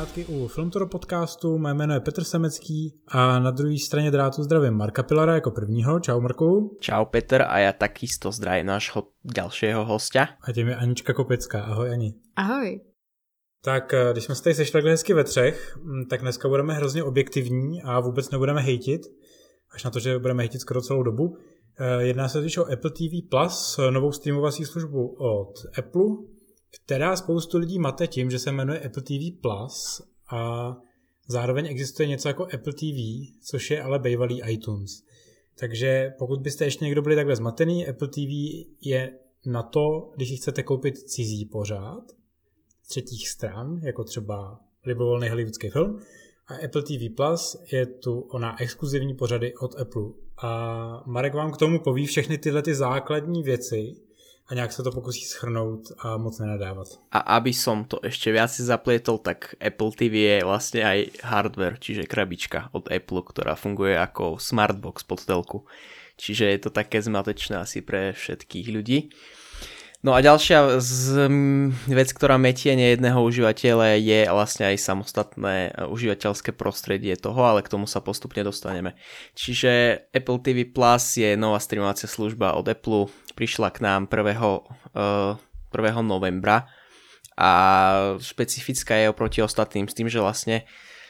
zpátky u Filmtoro podcastu. Mé jméno je Petr Semecký a na druhé straně drátu zdravím Marka Pilara jako prvního. Čau Marku. Čau Petr a ja takisto zdravím nášho ďalšieho hostia. A tím je Anička Kopecká. Ahoj Ani. Ahoj. Tak když jsme se tady sešli takhle hezky ve třech, tak dneska budeme hrozně objektivní a vůbec nebudeme hejtit, až na to, že budeme hejtit skoro celou dobu. Jedná se totiž o Apple TV Plus, novou streamovací službu od Apple, která spoustu lidí mate tím, že se jmenuje Apple TV Plus a zároveň existuje něco jako Apple TV, což je ale bývalý iTunes. Takže pokud byste ještě někdo byli takhle zmatený, Apple TV je na to, když si chcete koupit cizí pořád z třetích stran, jako třeba libovolný hollywoodský film, a Apple TV Plus je tu ona exkluzivní pořady od Apple. A Marek vám k tomu poví všechny tyhle ty základní věci a nějak se to pokusí shrnout a moc nenadávat. A aby som to ešte viac zaplietol, tak Apple TV je vlastne aj hardware, čiže krabička od Apple, ktorá funguje ako smartbox pod telku. Čiže je to také zmatečné asi pre všetkých ľudí. No a ďalšia vec, ktorá metie nejedného užívateľa, je vlastne aj samostatné užívateľské prostredie toho, ale k tomu sa postupne dostaneme. Čiže Apple TV Plus je nová streamovacia služba od Apple, prišla k nám 1. novembra a špecifická je oproti ostatným s tým, že vlastne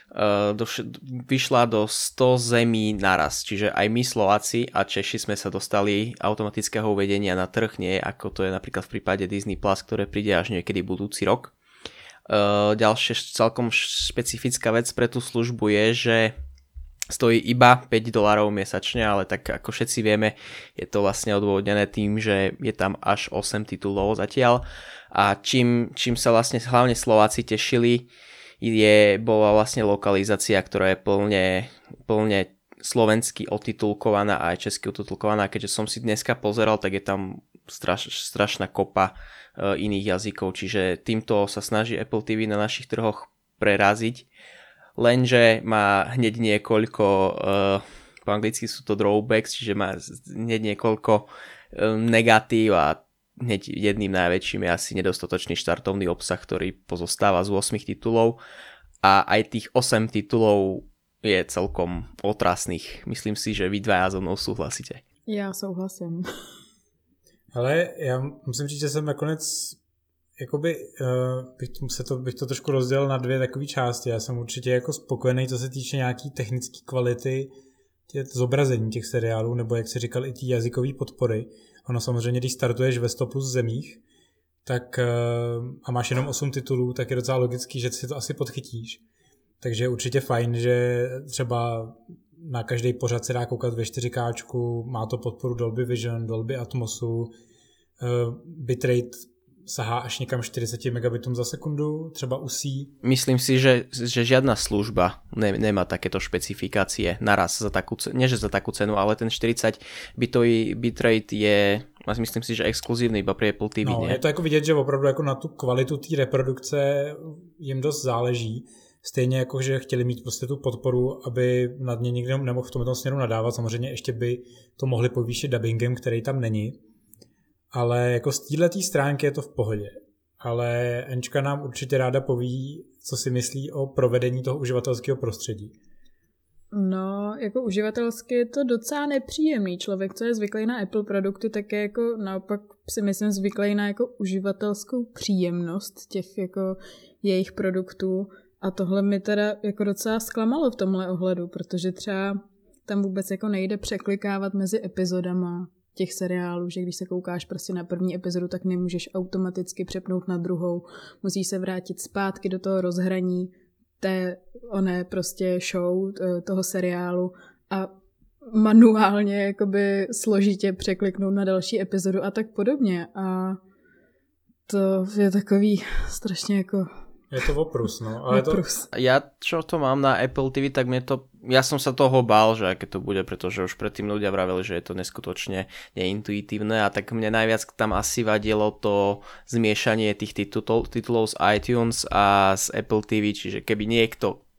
vyšla do 100 zemí naraz, čiže aj my Slováci a Češi sme sa dostali automatického uvedenia na trh, nie ako to je napríklad v prípade Disney Plus, ktoré príde až niekedy budúci rok. Ďalšia celkom špecifická vec pre tú službu je, že stojí iba $5 mesačne, ale tak ako všetci vieme, je to vlastne odôvodnené tým, že je tam až 8 titulov zatiaľ a čím sa vlastne hlavne Slováci tešili, bola vlastne lokalizácia, ktorá je plne slovensky otitulkovaná a aj česky otitulkovaná. Keďže som si dneska pozeral, tak je tam strašná kopa iných jazykov, čiže týmto sa snaží Apple TV na našich trhoch preraziť, lenže má hneď niekoľko, po anglicky sú to drawbacks, čiže má hneď niekoľko negatív a hneď jedným najväčším je asi nedostatočný štartovný obsah, ktorý pozostáva z 8 titulov a aj tých 8 titulov je celkom otrasných. Myslím si, že vy dvaja so mnou súhlasíte. Já souhlasím. Ale já musím říct, že jsem nakonec jakoby, bych to trošku rozdělil na dvě takové části. Já jsem určitě jako spokojený, co se týče nějaký technické kvality zobrazení těch seriálů, nebo jak se říkal i ty jazykové podpory. Ono samozřejmě, když startuješ ve 100 plus zemích, tak a máš jenom 8 titulů, tak je docela logický, že si to asi podchytíš. Takže je určitě fajn, že třeba na každý pořad se dá koukat ve 4K, má to podporu Dolby Vision, Dolby Atmosu, bitrate sahá až někam 40 megabitům za sekundu, třeba usí. Myslím si, že žiadna služba nemá takéto špecifikácie naraz za takú cenu, nie že za takú cenu, ale ten 40 bitový bitrate je, myslím si, že exkluzívny iba pre Apple TV. No, nie? Je to jako vidět, že opravdu jako na tu kvalitu té reprodukce jim dost záleží. Stejně jako, že chtěli mít prostě tu podporu, aby nad ně nikdo nemohl v tomto směru nadávat. Samozřejmě ještě by to mohli povýšit dubbingem, který tam není. Ale jako z této stránky je to v pohodě. Ale Ančka nám určitě ráda poví, co si myslí o provedení toho uživatelského prostředí. No, jako uživatelsky je to docela nepříjemný. Člověk, co je zvyklý na Apple produkty, tak je jako naopak si myslím zvyklý na jako uživatelskou příjemnost těch jako jejich produktů. A tohle mi teda jako docela zklamalo v tomhle ohledu, protože třeba tam vůbec jako nejde překlikávat mezi epizodama těch seriálů, že když se koukáš prostě na první epizodu, tak nemůžeš automaticky přepnout na druhou. Musíš se vrátit zpátky do toho rozhraní oné prostě show, toho seriálu a manuálně jakoby složitě překliknout na další epizodu a tak podobně. A to je takový strašně jako... Je to oprus, no. Ale oprus. Ja, čo to mám na Apple TV, tak ja som sa toho bál, že aké to bude, pretože už predtým ľudia vraveli, že je to neskutočne neintuitívne a tak mne najviac tam asi vadilo to zmiešanie tých titulov z iTunes a z Apple TV, čiže keby niekto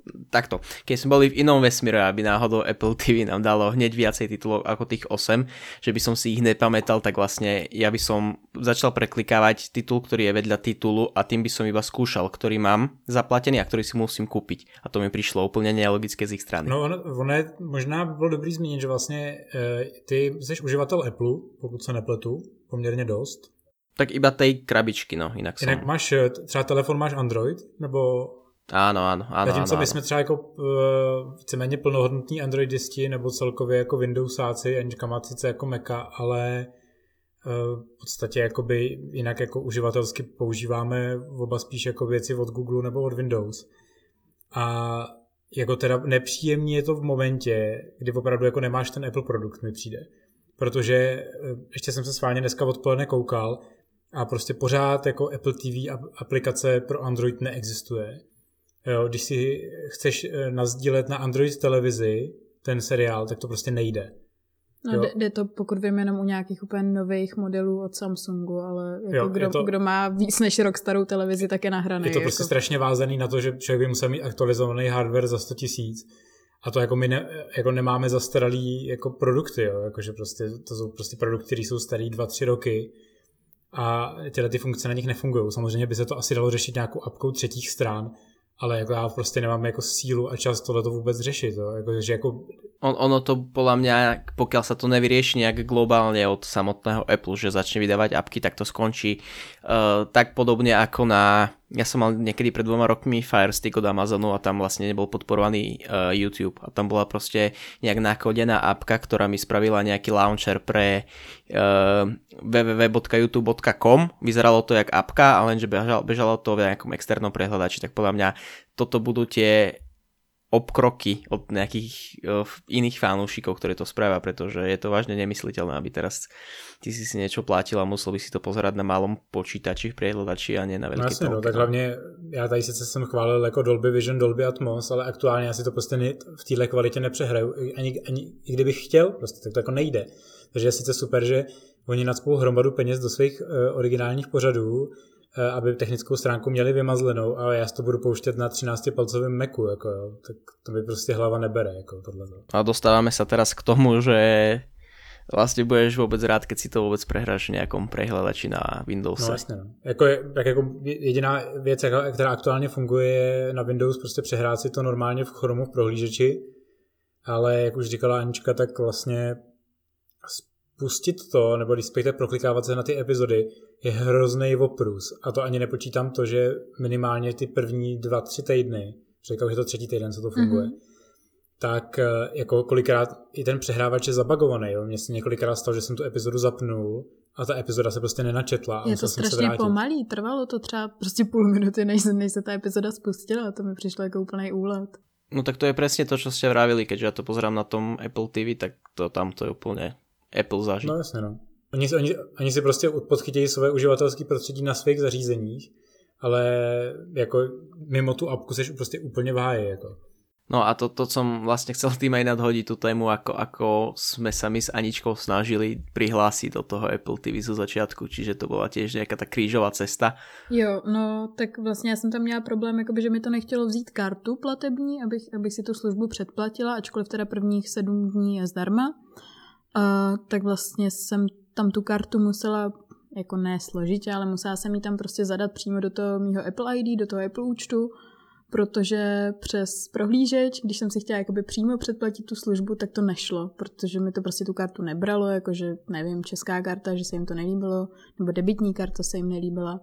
takto. Keď sme boli v inom vesmíre, aby náhodou Apple TV nám dalo hneď viacej titulov ako tých 8, že by som si ich nepamätal, tak vlastne ja by som začal preklikávať titul, ktorý je vedľa titulu a tým by som iba skúšal, ktorý mám zaplatený a ktorý si musím kúpiť. A to mi prišlo úplne nelogické z ich strany. No ono je, možná by bylo dobrý zmínit, že vlastně ty jsi uživatel Apple, pokud se nepletu, poměrně dost. Tak iba tej krabičky, no, inak som. Jinak máš, třeba telefon máš Android, nebo... Áno. Zatímco my jsme třeba jako víceméně plnohodnotní Androidisti, nebo celkově jako Windowsáci, Anička má sice jako Maca, ale v podstatě jakoby jinak jako uživatelsky používáme oba spíš jako věci od Google nebo od Windows. A jako teda nepříjemný je to v momentě, kdy opravdu jako nemáš ten Apple produkt, mi přijde. Protože ještě jsem se schválně dneska odpoledne koukal a prostě pořád jako Apple TV aplikace pro Android neexistuje. Jo, když si chceš nasdílet na Android televizi ten seriál, tak to prostě nejde. No, jde to, pokud vím, jenom u nějakých úplně nových modelů od Samsungu, ale jako kdo má víc než rok starou televizi, tak je nahraný. Je to prostě strašně vázaný na to, že člověk by musel mít aktualizovaný hardware za 100 000 a to jako my jako nemáme zastaralý jako produkty, jo? Jakože prostě, to jsou prostě produkty, které jsou starý 2-3 roky a tyhle ty funkce na nich nefungují. Samozřejmě by se to asi dalo řešit nějakou apkou třetích stran, ale jako já prostě nemám jako sílu a čas tohleto vůbec řešit. Že jako... Ono to podľa mňa, pokiaľ sa to nevyrieši nejak globálne od samotného Apple, že začne vydávať apky, tak to skončí tak podobne ako ja som mal niekedy pred 2 rokmi Fire Stick od Amazonu a tam vlastne nebol podporovaný YouTube a tam bola proste nejak nakodená apka, ktorá mi spravila nejaký launcher pre www.youtube.com. Vyzeralo to jak apka, ale lenže bežalo to v nejakom externom prehľadači, tak podľa mňa toto budú tie obkroky od nejakých iných fanúšikov, ktorí to spravia, pretože je to vážne nemysliteľné, aby teraz ty si niečo platil a musel by si to pozerať na malom počítači v prehľadači a nie na veľký telke. No tak hlavně já tady sice jsem chválil jako Dolby Vision, Dolby Atmos, ale aktuálně já si to prostě v téhle kvalitě nepřehraju. Ani i kdybych chtěl, prostě tak to jako nejde. Takže je sice super, že oni nacpou hromadu peněz do svých originálních pořadů, aby technickou stránku měli vymazlenou, ale já si to budu pouštět na 13-palcovém Macu, jako jo, tak to mi prostě hlava nebere, jako tohle. A dostávame sa teraz k tomu, že vlastne budeš vôbec rád, keď si to vôbec prehráš v nejakom prehľadači na Windowse. No jasně, no. Jako jediná věc, která aktuálně funguje, je na Windows prostě přehrát si to normálně v Chromu v prohlížeči, ale jak už říkala Anička, tak vlastně pustit to, nebo když spíte proklikávat se na ty epizody, je hroznej oprus. A to ani nepočítám to, že minimálně ty první 2-3 týdny, říkám, že to 3. týden, co to funguje, tak jako kolikrát i ten přehrávač je zabagovaný. Jo? Mně se několikrát stalo, že jsem tu epizodu zapnul a ta epizoda se prostě nenačetla. Je to strašně pomalý, trvalo to třeba prostě půl minuty, než se ta epizoda spustila a to mi přišlo jako úplnej úlet. No tak to je presne to, čo ste vravili, keďže ja to pozerám na tom Apple TV, tak to tamto je úplne Apple zážitek. No jasně, no. Oni si prostě podchytějí své uživatelské prostředí na svých zařízeních, ale jako mimo tu apku seš prostě úplně v háji, jako. No a to som vlastne chcel tým aj nadhodiť tú tému, ako sme sa my s Aničkou snažili prihlásiť do toho Apple TV zo začiatku, čiže to bola tiež nejaká tá krížová cesta. Jo, no tak vlastně já jsem tam měla problém, jakoby, že mi to nechtělo vzít kartu platební, abych si tu službu předplatila, ačkoliv teda prvních 7 dní je zdarma. Tak vlastně jsem tam tu kartu musela, jako ne složitě, ale musela jsem ji tam prostě zadat přímo do toho mýho Apple ID, do toho Apple účtu, protože přes prohlížeč, když jsem si chtěla jakoby přímo předplatit tu službu, tak to nešlo, protože mi to prostě tu kartu nebralo, jakože nevím, česká karta, že se jim to nelíbilo, nebo debitní karta se jim nelíbila.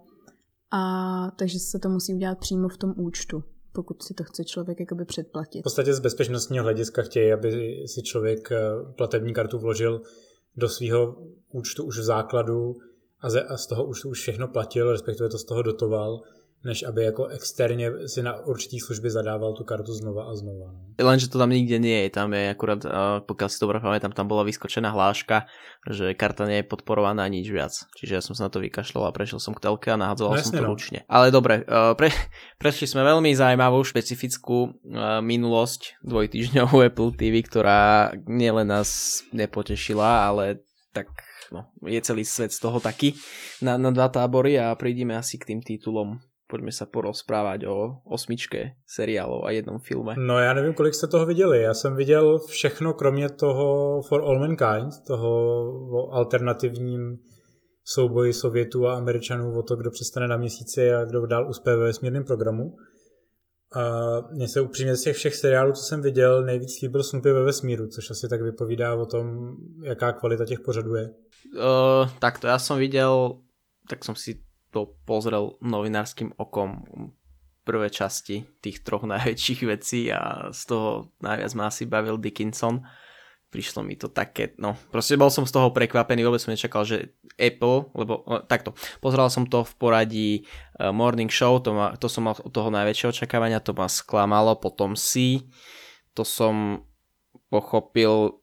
A takže se to musí udělat přímo v tom účtu, pokud si to chce člověk jakoby předplatit. V podstatě z bezpečnostního hlediska chtějí, aby si člověk platební kartu vložil do svého účtu už v základu a z toho účtu už všechno platil, respektive to z toho dotoval, než aby jako externě si na určitý služby zadával tu kartu znova a znova. No. Lenže to tam nikde nie je, tam je akurát, pokiaľ si to dobre pamätám, tam bola vyskočená hláška, že karta nie je podporovaná nič viac. Čiže ja som sa na to vykašľal a prešiel som k telke a nahadzoval som to ručne. Ale dobre, prešli sme veľmi zaujímavú špecifickú minulosť dvojtýždňovú Apple TV, ktorá nielen nás nepotešila, ale tak no, je celý svet z toho taký na dva tábory a prídeme asi k tým titulom poďme sa porozprávať o 8 seriálov a jednom filme. No já nevím, kolik jste toho viděli. Já jsem viděl všechno, kromě toho For All Mankind, toho o alternativním souboji Sovětů a Američanů o to, kdo přestane na měsíci a kdo dál uspěje ve vesmírném programu. A mně se upřímně z těch všech seriálů, co jsem viděl, nejvíc líbil Snoopy ve vesmíru, což asi tak vypovídá o tom, jaká kvalita těch pořadů je. Takto, ja som videl, tak som si to pozrel novinárskym okom prvé časti tých 3 najväčších vecí a z toho najviac ma asi bavil Dickinson. Prišlo mi to také, no proste bol som z toho prekvapený, vôbec som nečakal, že Apple, lebo takto, pozeral som to v poradí Morning Show, to som mal od toho najväčšieho očakávania, to ma sklamalo, potom to som pochopil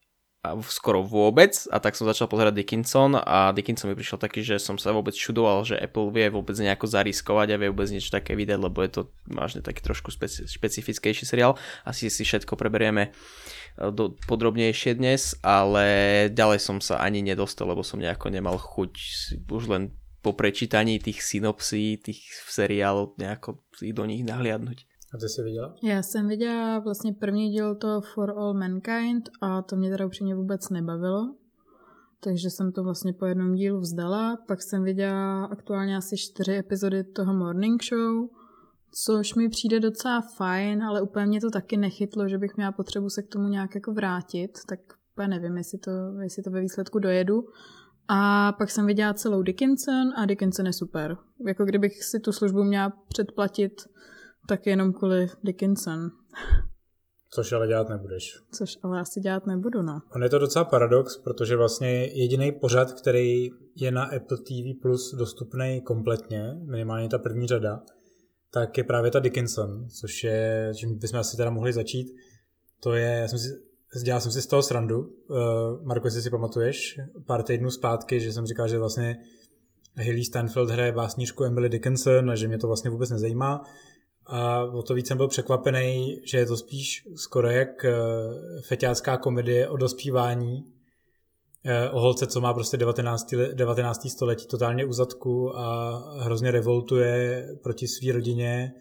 skoro vôbec a tak som začal pozerať Dickinson a Dickinson mi prišiel taký, že som sa vôbec čudoval, že Apple vie vôbec nejako zariskovať a vie vôbec niečo také vydať, lebo je to vážne taký trošku špecifickejší seriál. Asi si všetko preberieme podrobnejšie dnes, ale ďalej som sa ani nedostal, lebo som nejako nemal chuť už len po prečítaní tých synopsí, tých seriálov nejako si do nich nahliadnúť. A ty jsi viděla? Já jsem viděla vlastně první díl toho For All Mankind a to mě teda upřímně vůbec nebavilo. Takže jsem to vlastně po jednom dílu vzdala. Pak jsem viděla aktuálně asi 4 epizody toho Morning Show, což mi přijde docela fajn, ale úplně mě to taky nechytlo, že bych měla potřebu se k tomu nějak jako vrátit. Tak úplně nevím, jestli to ve výsledku dojedu. A pak jsem viděla celou Dickinson a Dickinson je super. Jako kdybych si tu službu měla předplatit tak jenom kvůli Dickinson. Což ale dělat nebudeš. Což ale asi dělat nebudu, no. On je to docela paradox, protože vlastně jediný pořad, který je na Apple TV Plus dostupný kompletně, minimálně ta první řada, tak je právě ta Dickinson, což je, čím bychom asi teda mohli začít. To je, dělal jsem si z toho srandu. Marko, jestli si pamatuješ, pár týdnů zpátky, že jsem říkal, že vlastně Hailey Steinfeld hraje básnířku Emily Dickinson a že mě to vlastně vůbec nezajímá. A o to víc jsem byl překvapený, že je to spíš skoro jak feťácká komedie o dospívání, o holce, co má prostě 19. století totálně u zadku a hrozně revoltuje proti své rodině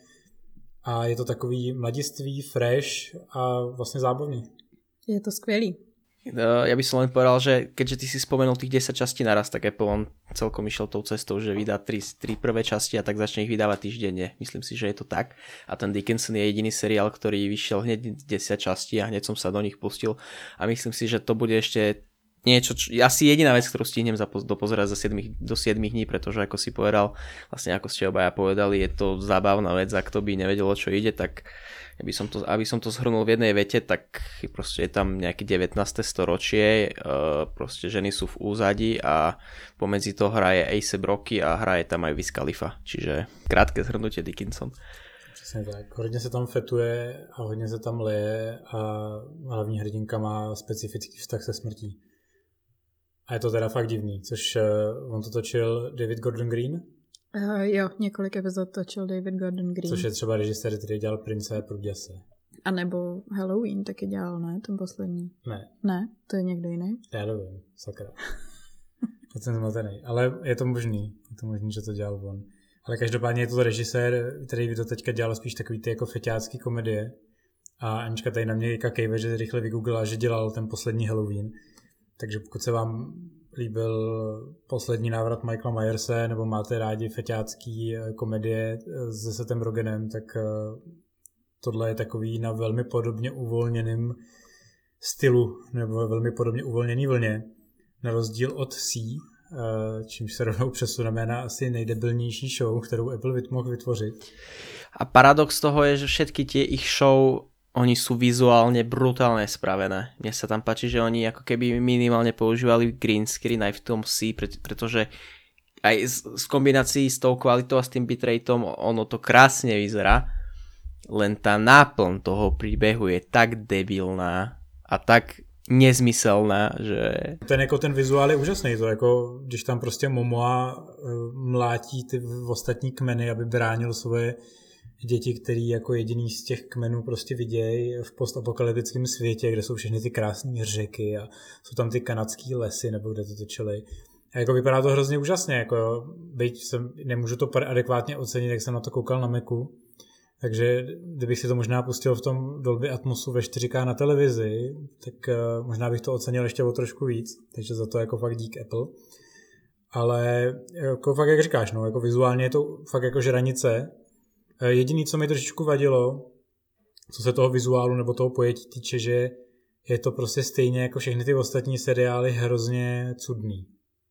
a je to takový mladiství, fresh a vlastně zábavný. Je to skvělý. Ja by som len povedal, že keďže ty si spomenul tých 10 častí naraz, tak Apple on celkom išiel tou cestou, že vydá 3 prvé časti a tak začne ich vydávať týždenne. Myslím si, že je to tak. A ten Dickinson je jediný seriál, ktorý vyšiel hneď 10 častí a hneď som sa do nich pustil. A myslím si, že to bude ešte niečo, asi jediná vec, ktorú stihnem dopozerať do 7 dní, pretože ako si povedal, vlastne ako ste obaja povedali, je to zábavná vec a kto by nevedel, o čo ide, tak aby som to zhrnul v jednej vete, tak proste je tam nejaké 19. storočie, proste ženy sú v úzadí a pomedzi to hraje A$AP Rocky a hraje tam aj Wiz Khalifa, čiže krátke zhrnutie Dickinson. Přesně tak, hodně se tam fetuje a hodně se tam leje a hlavní hrdinka má specifický vztah se smrtí. A je to teda fakt divný, což on to točil David Gordon Green. Jo, několik epizod točil David Gordon Green. Což je třeba režisér, který dělal Prince a Průděse. A nebo Halloween taky dělal, ne? Ten poslední. Ne, to je někdo jiný. Já nevím, sakra. Já jsem zmatený, ale je to možný, že to dělal on. Ale každopádně je to režisér, který to teďka dělal spíš takový ty jako feťácký komedie. A Anička tady na mě kejve, že rychle vygooglila, že dělal ten poslední Halloween. Takže pokud se vám líbil poslední návrat Michaela Myerse, nebo máte rádi feťácký komedie se Sethem Rogenem, tak tohle je takový na velmi podobně uvolněným stylu, nebo velmi podobně uvolněný vlně, na rozdíl od čímž se rovnou přesuneme na asi nejdebilnější show, kterou Apple mohl vytvořit. A paradox toho je, že všetky tie ich show oni sú vizuálne brutálne spravené. Mne sa tam páči, že oni ako keby minimálne používali green screen aj v tom pretože aj z kombinácií s tou kvalitou a s tým bitrateom ono to krásne vyzerá, len tá náplň toho príbehu je tak debilná a tak nezmyselná, že... Ten vizuál je úžasný, to jako, když tam prostě Momoa mlátí ty ostatní kmeny, aby bránil svoje děti, který jako jediný z těch kmenů prostě vidějí v postapokalyptickém světě, kde jsou všechny ty krásné řeky a jsou tam ty kanadský lesy, nebo kde to točili. A jako vypadá to hrozně úžasně, jako byť nemůžu to adekvátně ocenit, jak jsem na to koukal na Macu. Takže kdybych si to možná pustil v tom Dolby Atmosu ve 4K na televizi, tak možná bych to ocenil ještě o trošku víc, takže za to jako fakt dík Apple. Ale jako fakt jak říkáš, no, jako vizuálně je to fakt jako žranice. Jediný, co mi trošičku vadilo, co se toho vizuálu nebo toho pojetí týče, že je to prostě stejně jako všechny ty ostatní seriály hrozně cudný.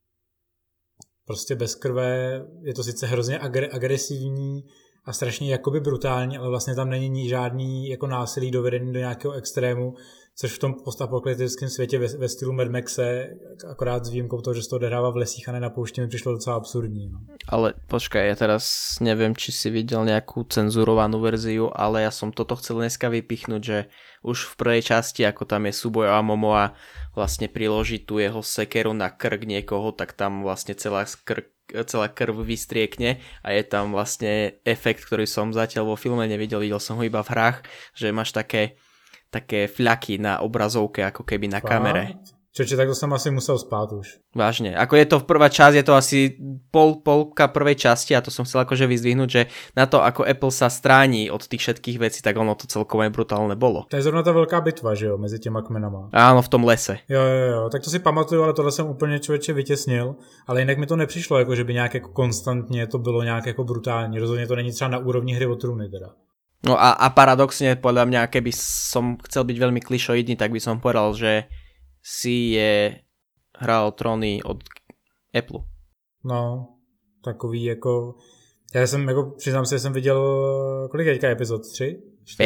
Prostě bez krve, je to sice hrozně agresivní a strašně jakoby brutální, ale vlastně tam není žádný jako násilí dovedený do nějakého extrému, což v tom postapokalyptickém světě ve stylu Mad Maxe, akorát s výjimkou toho, že se to odehrává v lesích a ne na poušti, mi přišlo docela absurdní. No. Ale počkaj, ja teraz neviem, či si videl nejakú cenzurovanú verziu, ale ja som toto chcel dneska vypichnúť, že už v prvej časti, ako tam je súboj a Momoa vlastne priloží tú jeho sekeru na krk niekoho, tak tam vlastne celá krv vystriekne a je tam vlastne efekt, ktorý som zatiaľ vo filme nevidel, videl som ho iba v hrách, že máš také fľaky na obrazovke, ako keby na kamere. Čoče, tak to som asi musel spát už. Vážne. Ako je to v prvá časť, je to asi polka prvej časti a to som chcel akože vyzdvihnúť, že na to, ako Apple sa stráni od tých všetkých vecí, tak ono to celkom aj brutálne bolo. To je zrovna ta velká bitva, že jo, mezi těma kmenama. Áno, v tom lese. Jo, tak to si pamatuju, ale tohle jsem úplně člověče vytěsnil, ale jinak mi to nepřišlo, jako že by nějak jako konstantně to bylo nějak jako brutální. Rozhodně to není třeba na úrovni Hry o trůny teda. No a paradoxne, podľa mňa, keby som chcel byť veľmi klišoidný, tak by som povedal, že si je Hra o tróny od Apple. No, takový jako... Já jsem, jako přiznám se, že jsem viděl, kolik je teďka epizod? 3?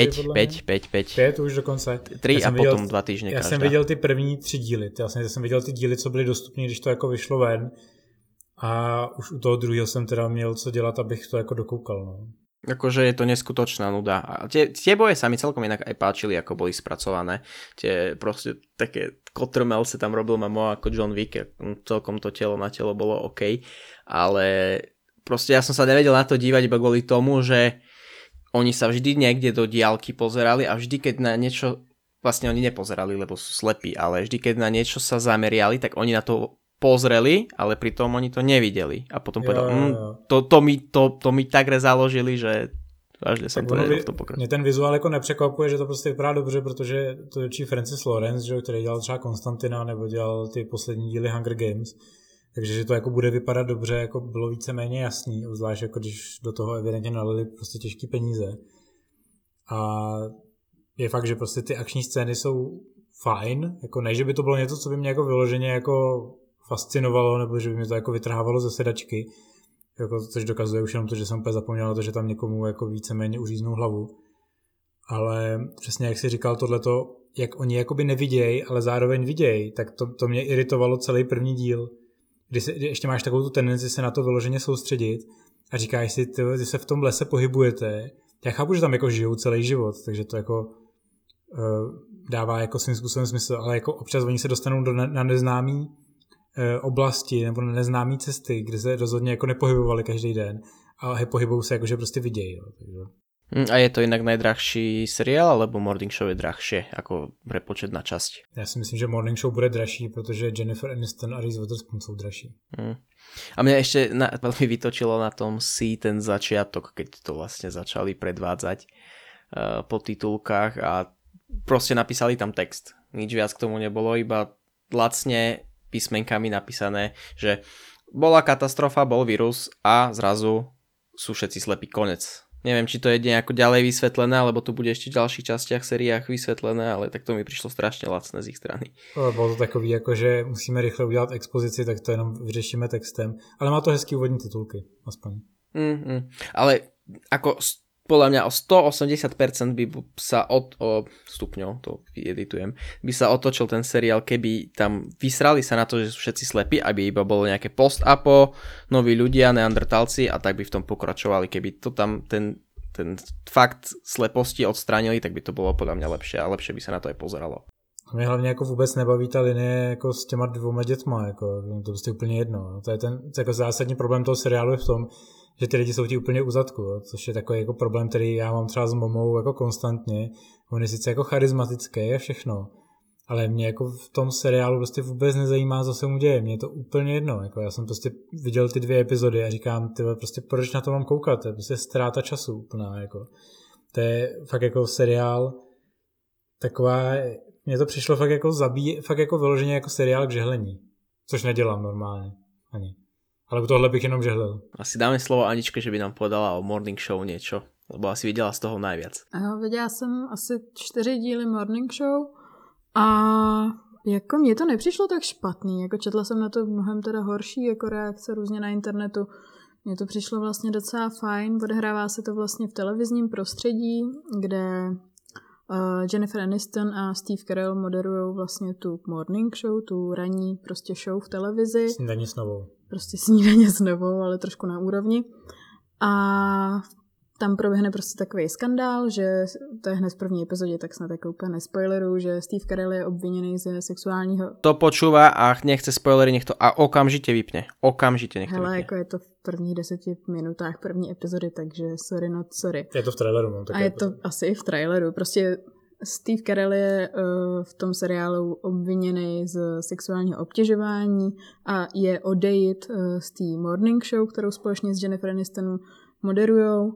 5 už dokonce. 3 a potom 2 týždne každá. Já jsem viděl ty první 3 díly. Já jsem viděl ty díly, co byly dostupné, když to jako vyšlo ven. A už u toho druhého jsem teda měl co dělat, abych to jako dokoukal, no. Akože je to neskutočná nuda. A tie boje sa mi celkom inak aj páčili, ako boli spracované. Tie proste také kotrmelce tam robil Momoa ako John Wick. Celkom to telo na telo bolo OK. Ale proste ja som sa nevedel na to dívať iba kvôli tomu, že oni sa vždy niekde do diaľky pozerali a vždy, keď na niečo... Vlastne oni nepozerali, lebo sú slepí, ale vždy, keď na niečo sa zameriali, tak oni na to pozreli, ale pritom oni to nevideli. A potom povedal, to mi tak založili, že vážne som to nevedel v tom pokračovat. Mě ten vizuál jako nepřekvapuje, že to prostě vypadá dobře, protože to točí Francis Lawrence, že, který dělal třeba Konstantina nebo dělal ty poslední díly Hunger Games. Takže že to jako bude vypadat dobře, jako bylo víceméně jasný, zvlášť jako když do toho evidentně nalili prostě těžký peníze. A je fakt, že prostě ty akční scény jsou fajn, jako ne, že by to bylo něco, co by mě jako vyloženě jako fascinovalo, nebo že by mě to jako vytrhávalo ze sedačky, jako, což dokazuje už jenom to, že jsem úplně zapomněl na to, že tam někomu jako víceméně uříznou hlavu. Ale přesně jak jsi říkal tohleto, jak oni jakoby nevidějí, ale zároveň vidějí, tak to mě iritovalo celý první díl, kdy ještě máš takovou tu tendenci se na to vyloženě soustředit a říkáš si, ty se v tom lese pohybujete. Já chápu, že tam jako žijou celý život, takže to jako dává jako svým způsobem smysl, ale jako občas oni se dostanou na neznámý oblasti nebo na neznámé cesty, kde se rozhodně jako nepohybovali každý den, ale pohybují se jako, že prostě vidějí. Jo, takže. A je to inak najdrahší seriál, alebo Morning Show je drahšie ako prepočetná časť? Já si myslím, že Morning Show bude dražší, protože Jennifer Aniston a Reese Witherspoon jsou dražší. A mňa ešte veľmi vytočilo na tom ten začiatok, keď to vlastne začali predvádzať po titulkách a proste napísali tam text. Nič viac k tomu nebolo, iba lacne písmenkami napísané, že bola katastrofa, bol vírus a zrazu sú všetci slepí, konec. Neviem, či to je nejako ďalej vysvetlené, alebo to bude ešte v ďalších častiach, sériách vysvetlené, ale tak to mi prišlo strašne lacné z ich strany. Bylo to takový, jako že musíme rychle udělat expozici, tak to jenom vyřešíme textem. Ale má to hezký úvodní titulky, aspoň. Ale ako podľa mňa o 180% by sa stupňov, to editujem, by sa otočil ten seriál, keby tam vysrali sa na to, že sú všetci slepí, aby iba bolo nejaké post-apo, noví ľudia, neandertalci a tak by v tom pokračovali. Keby to tam ten fakt sleposti odstránili, tak by to bolo podľa mňa lepšie a lepšie by sa na to aj pozeralo. Mě hlavně jako vůbec nebaví ta linie jako s těma 2 dětma, jako, to je prostě úplně jedno. To je ten jako zásadní problém toho seriálu je v tom, že ty lidi jsou ti úplně u zadku, což je takový jako problém, který já mám třeba s Momou jako konstantně. On je sice jako charismatický a všechno, Ale mě jako v tom seriálu prostě vůbec nezajímá, co se mu děje. Mně je to úplně jedno. Jako já jsem prostě viděl ty 2 epizody a říkám, tyhle, prostě proč na to mám koukat? To je prostě ztráta času úplná. Jako. To je fakt jako seriál taková, mně to přišlo fakt jako vyloženě jako seriál k žehlení. Což nedělám normálně. Ani. Ale u tohle bych jenom žehlil. Asi dáme slovo Aničke, že by nám podala o Morning Show niečo. Lebo asi viděla z toho najviac. Viděla jsem asi 4 díly Morning Show a jako mně to nepřišlo tak špatný. Jako četla jsem na to mnohem teda horší jako reakce různě na internetu. Mně to přišlo vlastně docela fajn. Odehrává se to vlastně v televizním prostředí, kde Jennifer Aniston a Steve Carell moderujou vlastně tu morning show, tu ranní prostě show v televizi. Snídaně s novou. Prostě snídaně s novou, ale trošku na úrovni. A tam proběhne prostě takový skandál, že to je hned v první epizodě, tak snad jako úplně nespoileru, že Steve Carell je obviněný ze sexuálního... To počúva a nechce spoilery, nech to a okamžite vypne. Okamžite nech to vypne. Hele, jako je to v prvních 10 minutách první epizody, takže sorry not sorry. Je to v traileru. No, a je to asi i v traileru. Prostě Steve Carell je v tom seriálu obviněný z sexuálního obtěžování a je odejít z té morning show, kterou společně s Jennifer Aniston moderujou.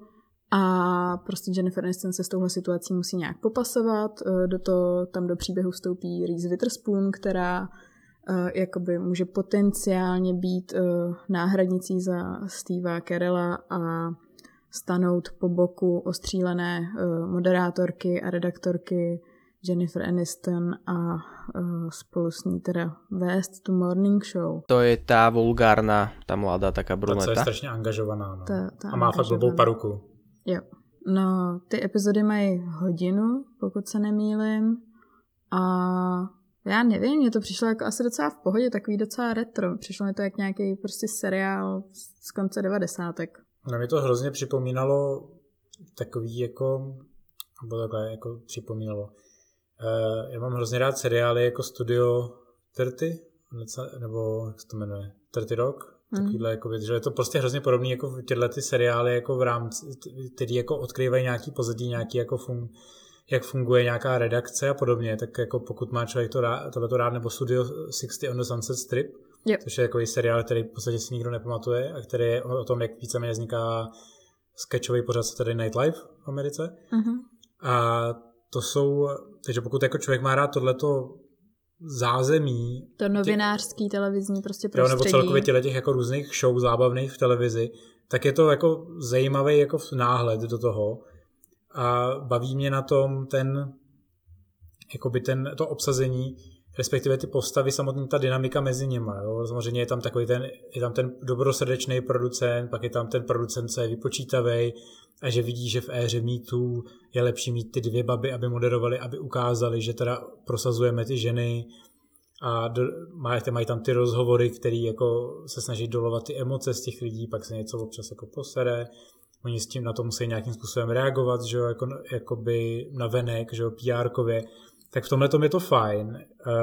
A prostě Jennifer Aniston se s touhle situací musí nějak popasovat. Tam do příběhu vstoupí Reese Witherspoon, která jakoby může potenciálně být náhradnicí za Steva Carella a stanout po boku ostřílené moderátorky a redaktorky Jennifer Aniston a spolu s ní teda vést tu morning show. To je tá vulgárna, tá mladá taká bruneta. Ta, co je strašně angažovaná. No. Ta a má fakt blbou paruku. Jo. No, ty epizody mají hodinu, pokud se nemýlim. A já nevím, mně to přišlo jako asi docela v pohodě, takový docela retro. Přišlo mi to jak nějaký prostě seriál z konce 90. No, mě to hrozně připomínalo takový jako, nebo takhle jako připomínalo. Já mám hrozně rád seriály jako Studio 30, nebo jak se to jmenuje, 30 Rock. Takovýhle, jako, že je to prostě hrozně podobný jako tyhle ty seriály jako v rámci, který jako odkrývají nějaký pozadí, nějaký jako jak funguje nějaká redakce a podobně, tak jako pokud má člověk tohleto rád, nebo Studio 60 on the Sunset Strip, yep. Což je jako seriál, který v podstatě si nikdo nepamatuje a který je o tom, jak víceméně vzniká sketchový pořad Saturday Night Live v Americe. A to jsou, takže pokud jako člověk má rád tohleto zázemí. To novinářský televizní prostě prostředí. Nebo celkově těch jako různých show zábavných v televizi, tak je to jako zajímavý jako náhled do toho a baví mě na tom to obsazení, respektive ty postavy, samotný ta dynamika mezi nimi. Jo? Samozřejmě je tam ten dobrosrdečný producent, pak je tam ten producent, co je vypočítavej a že vidí, že v éře mýtů je lepší mít ty 2 baby, aby moderovali, aby ukázali, že teda prosazujeme ty ženy a mají tam ty rozhovory, který jako se snaží dolovat ty emoce z těch lidí, pak se něco občas jako posere. Oni s tím na to musí nějakým způsobem reagovat, že jo, jakoby na venek, že jo, PR-kově. Tak v tomhle tom je to fajn,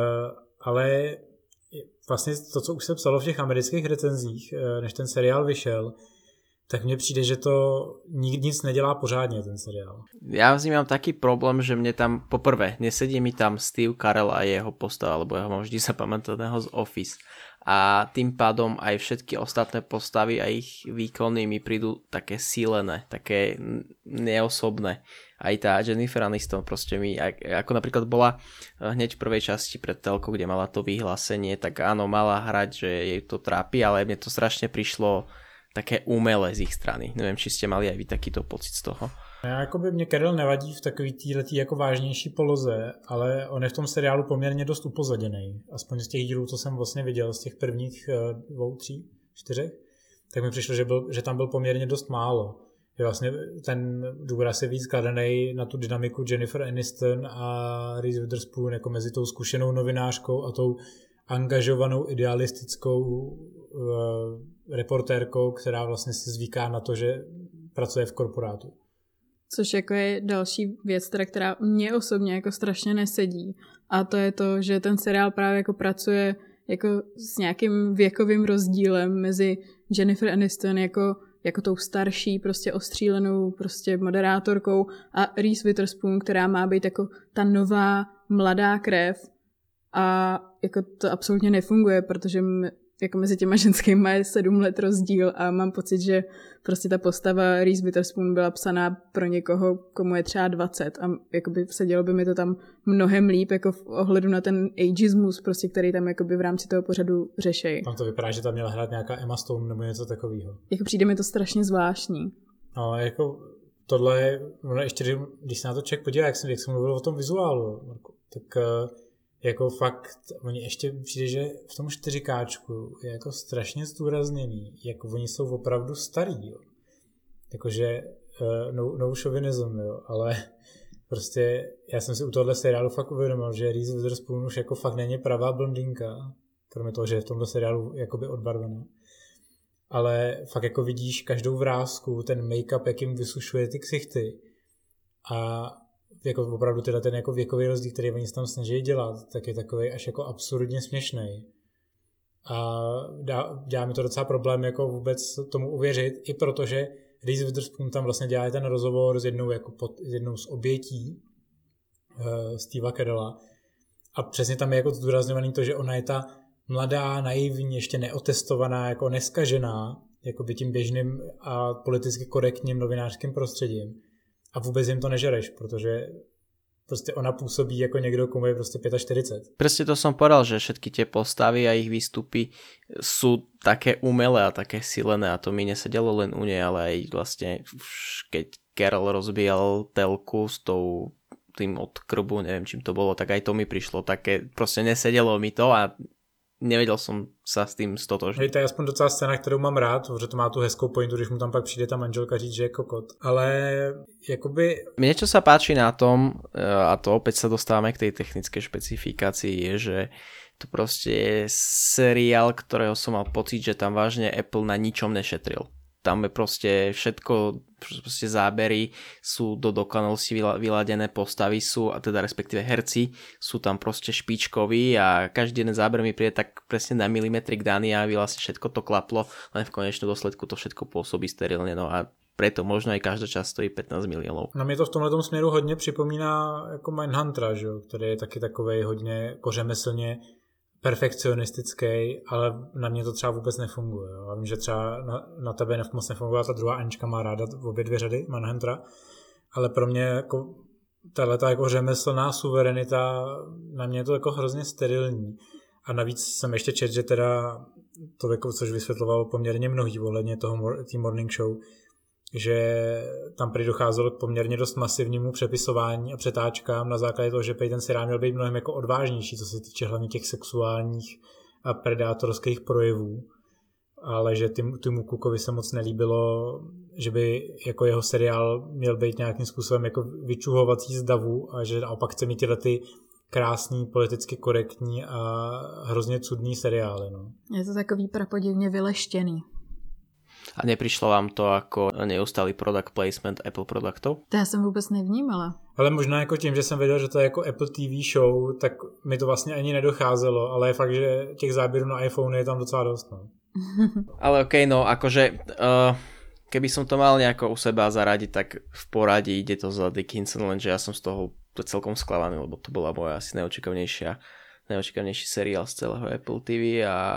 ale vlastně to, co už se psalo v těch amerických recenzích, než ten seriál vyšel, tak mně přijde, že to nic nedělá pořádně, ten seriál. Ja s ním mám taký problém, že mne tam, poprvé, nesedí mi tam Steve Carell a jeho postava, lebo ja ho mám vždy zapamätaného z Office. A tým pádom aj všetky ostatné postavy a ich výkony mi prídu také sílené, také neosobné. Aj tá Jennifer Aniston proste mi, ako napríklad bola hneď v prvej časti pred telkou, kde mala to vyhlásenie, tak áno, mala hrať, že jej to trápi, ale mne to strašne prišlo také umelé z ich strany. Neviem, či ste mali aj vy takýto pocit z toho. Jakoby mě Carell nevadí v takový týhletý jako vážnější poloze, ale on je v tom seriálu poměrně dost upozaděný. Aspoň z těch dílů, co jsem vlastně viděl, z těch prvních 2, 3, 4, tak mi přišlo, že tam byl poměrně dost málo. Je vlastně ten důraz je víc kladený na tu dynamiku Jennifer Aniston a Reese Witherspoon jako mezi tou zkušenou novinářkou a tou angažovanou idealistickou reportérkou, která vlastně si zvyká na to, že pracuje v korporátu. Což jako je další věc, která mě osobně jako strašně nesedí. A to je to, že ten seriál právě jako pracuje jako s nějakým věkovým rozdílem mezi Jennifer Aniston jako tou starší, prostě ostřílenou prostě moderátorkou a Reese Witherspoon, která má být jako ta nová mladá krev a jako to absolutně nefunguje, protože jako mezi těma ženskýma je 7 let rozdíl a mám pocit, že prostě ta postava Reese Witherspoon byla psaná pro někoho, komu je třeba 20 a jakoby sedělo by mi to tam mnohem líp jako v ohledu na ten ageismus, prostě, který tam jakoby v rámci toho pořadu řešejí. Tam to vypadá, že tam měla hrát nějaká Emma Stone nebo něco takového. Jako přijde mi to strašně zvláštní. No, jako tohle je, ještě když se na to člověk podívá, jak jsem mluvil o tom vizuálu, Marku, tak jako fakt, oni ještě přijde, že v tom 4Kčku je jako strašně zdůrazněný, jako oni jsou opravdu starý, jo. Jakože no chauvinism, jo, ale prostě já jsem si u tohle seriálu fakt uvědomil, že Reese Witherspoon už jako fakt není pravá blondýnka, kromě toho, že je v tomto seriálu jakoby odbarvená. Ale fakt jako vidíš každou vrásku, ten make-up, jak jim vysušuje ty ksichty a jako opravdu teda ten jako věkový rozdíl, který oni se tam snaží dělat, tak je takový až jako absurdně směšný. A dělá mi to docela problém jako vůbec tomu uvěřit, i protože Reese Witherspoon tam vlastně dělá ten rozhovor s jednou z obětí Steva Carella a přesně tam je jako zdůrazňovaný to, že ona je ta mladá, naivní, ještě neotestovaná, jako neskažená, jako by tím běžným a politicky korektním novinářským prostředím. A vůbec jim to nežereš, protože prostě ona působí jako někdo, komu je prostě 45. Presne to som povedal, že všetky tie postavy a ich výstupy sú také umelé a také silené a to mi nesedelo len u nej, ale aj vlastne keď Carol rozbíjal telku s tým od krbu, neviem čím to bolo, tak aj to mi prišlo také, proste nesedelo mi to a nevedel som sa s tým stotožniť. To je aspoň docela scéna, kterou mám rád, protože to má tu hezkou pointu, když mu tam pak přijde ta manželka říct, že je kokot. Ale jakoby... Mne čo sa páči na tom, a to opäť sa dostávame k tej technickej špecifikácii, je, že to proste je seriál, ktorého som mal pocit, že tam vážne Apple na ničom nešetril. Tam je proste všetko, proste zábery sú do dokonalosti vyladené, postavy sú, a teda respektíve herci sú tam proste špičkoví a každý jeden záber mi príde tak presne na milimetrik daný a vlastne všetko to klaplo, len v konečnom dôsledku to všetko pôsobí sterilne, no a preto možno aj každá časť stojí 15 miliónov. No mě to v tomhletom směru hodně připomíná jako Mindhuntera, že jo, který je taky takovej hodně řemeslně perfekcionistický, ale na mě to třeba vůbec nefunguje. Jo. Já vím, že třeba na tebe moc nefunguje, ta druhá Anička má ráda obě dvě řady Mindhuntera, ale pro mě jako tahleta jako řemeslná suverenita, na mě je to jako hrozně sterilní. A navíc jsem ještě četl, že teda to jako, což vysvětlovalo poměrně mnohý ohledně té morning show, že tam prý docházelo k poměrně dost masivnímu přepisování a přetáčkám na základě toho, že ten seriál měl být mnohem jako odvážnější, co se týče hlavně těch sexuálních a predátorských projevů, ale že Timu Cookovi se moc nelíbilo, že by jako jeho seriál měl být nějakým způsobem jako vyčuhovací z davu a že naopak chce mít tyhle ty krásný, politicky korektní a hrozně cudný seriály. No. Je to takový prapodivně vyleštěný. A neprišlo vám to jako neustály product placement Apple produktov? To já jsem vůbec nevnímala. Ale možná jako tím, že jsem věděl, že to je jako Apple TV show, tak mi to vlastně ani nedocházelo, ale je fakt, že těch záběrů na iPhone je tam docela dost. No. Ale okej, no akože keby som to mal nejako u seba zaradiť, tak v poradí ide to za Dickinson, lenže ja som z toho celkom sklamaný, lebo to bola moja asi najočakávnejší seriál z celého Apple TV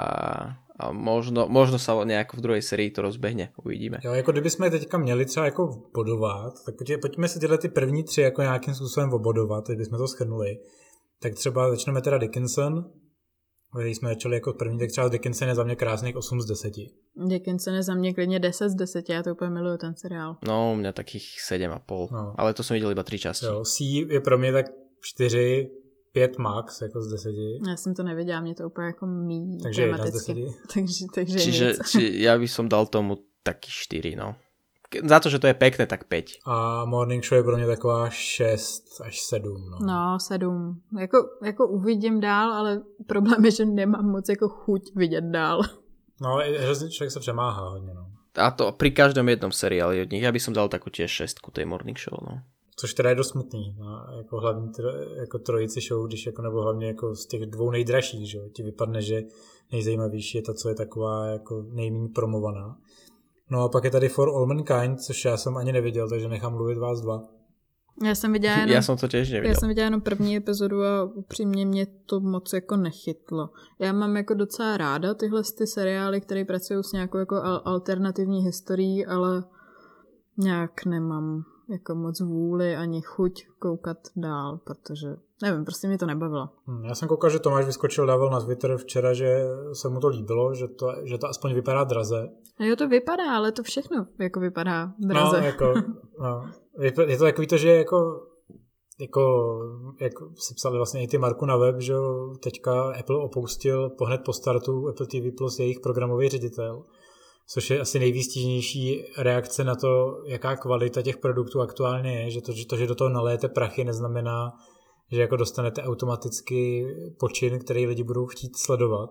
a možno sa nejako v druhej sérii to rozbehne, uvidíme. Jo, jako kdyby jsme teďka měli třeba jako bodovat, tak pojďme si tyhle ty první tři jako nějakým způsobem obodovat, teď bychom to shrnuli. Tak třeba začneme teda Dickinson, když jsme začali jako první, tak třeba Dickinson je za mě krásných 8 z 10. Dickinson je za mě klidně 10 z 10, já to úplně miluju ten seriál. No, u mňa takých 7,5, no. Ale to som videl iba 3 časti. Jo, C je pro mě tak 4, 5 max jako z 10. Já jsem to neviděla, mě to úplně jako míjí. Takže 1 z 10. takže Čiže ja by som dal tomu taký 4, no. Za to, že to je pekné, tak 5. A Morning Show je pro mě taková 6 až 7. No 7. Jako uvidím dál, ale problém je, že nemám moc jako chuť vidět dál. No, hrozně člověk se přemáhá hodně, no. A to pri každom jednom seriáli od nich. Ja by som dal takú tiež 6 tej Morning Show, no. Což teda je dost smutný, no, jako hlavní jako trojici show, když jako, nebo hlavně jako z těch dvou nejdražších, že ti vypadne, že nejzajímavější je ta, co je taková jako nejméně promovaná. No a pak je tady For All Mankind, což já jsem ani neviděl, takže nechám mluvit vás dva. Já jsem to těž neviděl. Já jsem viděla jenom první epizodu a upřímně mě to moc jako nechytlo. Já mám jako docela ráda tyhle seriály, které pracují s nějakou jako alternativní historií, ale nějak nemám jako moc vůli ani chuť koukat dál, protože nevím, prostě mě to nebavilo. Já jsem koukal, že Tomáš vyskočil, dával na Twitter včera, že se mu to líbilo, že to aspoň vypadá draze. Jo, to vypadá, ale to všechno jako vypadá draze. No. Je to takový to, že jak si psali vlastně i ty Marku na web, že teďka Apple opustil hned po startu Apple TV Plus jejich programový ředitel, což je asi nejvýstižnější reakce na to, jaká kvalita těch produktů aktuálně je, že do toho naléjete prachy, neznamená, že jako dostanete automaticky počin, který lidi budou chtít sledovat.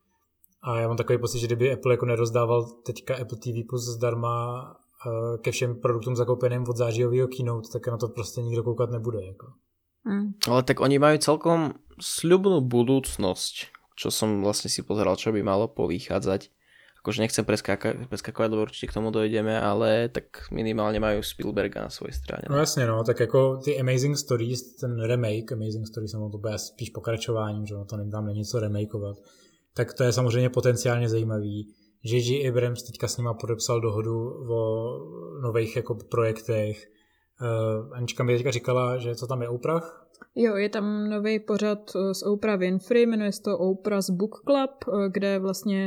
A já mám takový pocit, že kdyby Apple jako nerozdával teďka Apple TV Plus zdarma ke všem produktům zakoupeným od zářijového keynote, tak na to prostě nikdo koukat nebude. Jako. Ale tak oni majú celkom sľubnú budúcnosť, čo som vlastne si pozeral, čo by malo povychádzať. Akože nechcem preskakovať, lebo určite k tomu dojdeme, ale tak minimálne majú Spielberga na svojej strane. No jasně, no, tak jako ty Amazing Stories, ten remake Amazing Stories, to bude spíš pokračováním, že to tam není co remakeovat, tak to je samozřejmě potenciálně zajímavý. J.J. Abrams teďka s nima podepsal dohodu o nových jako projektech. Anička mi teďka říkala, že co tam je Oprah? Jo, je tam nový pořad s Oprah Winfrey, jmenuje se to Oprah's Book Club, kde vlastně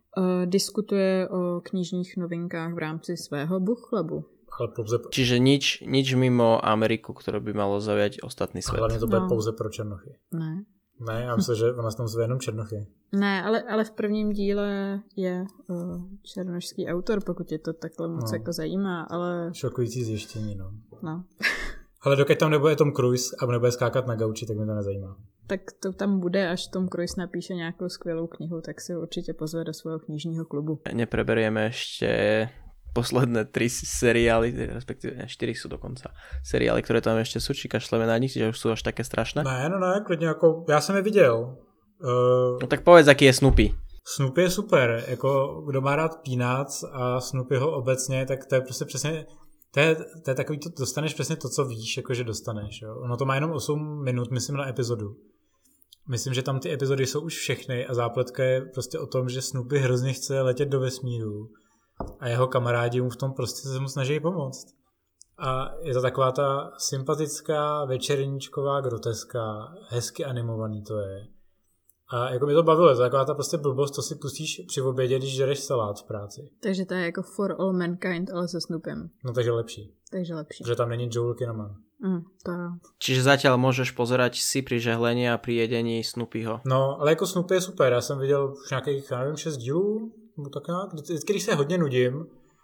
diskutuje o knižních novinkách v rámci svého book clubu. Čiže nič mimo Ameriku, ktoré by malo zaujať ostatný svet. Hlavně to bude pouze pro černochy. Ne, já myslím, že u nás tam jsou jenom černochy. Ne, ale v prvním díle je černošský autor, pokud je to takhle moc jako zajímá, ale... Šokující zjištění, no. Ale dokud tam nebude Tom Cruise a nebude skákat na gauči, tak mě to nezajímá. Tak to tam bude, až Tom Cruise napíše nějakou skvělou knihu, tak si ho určitě pozve do svého knižního klubu. Nepreberieme ešte posledné 3 seriály, respektíve 4 sú dokonca seriály, ktoré tam ešte sú, či kašleme na nich, že už sú až také strašné? Ne, klidně jako, já jsem je viděl. No tak povedz, aký je Snoopy. Snoopy je super, jako kdo má rád Peanuts a Snoopyho obecně, tak to je prostě přesně, to je takový, to dostaneš přesně to, co víš, jakože dostaneš. Jo. Ono to má jenom 8 minut, myslím, na epizodu. Myslím, že tam ty epizody jsou už všechny a zápletka je prostě o tom, že Snoopy hrozně chce letět do vesmíru a jeho kamarádi mu v tom prostě se mu snaží pomoct. A je to taková ta sympatická, večerníčková groteska, hezky animovaný to je. A jako mi to bavilo, to je taková ta prostě blbost, co si pustíš při obědě, když žereš salát v práci. Takže to je jako For All Mankind, ale se Snoopem. No takže lepší. Protože tam není Joel Kinnaman. To... Čiže zatiaľ môžeš pozerať si pri žehlení a pri jedení Snoopyho. No, ale jako Snoopy je super, já jsem viděl už nějakých, já nevím, 6 dílů, tak nějak, vždycky, když se hodně nudím,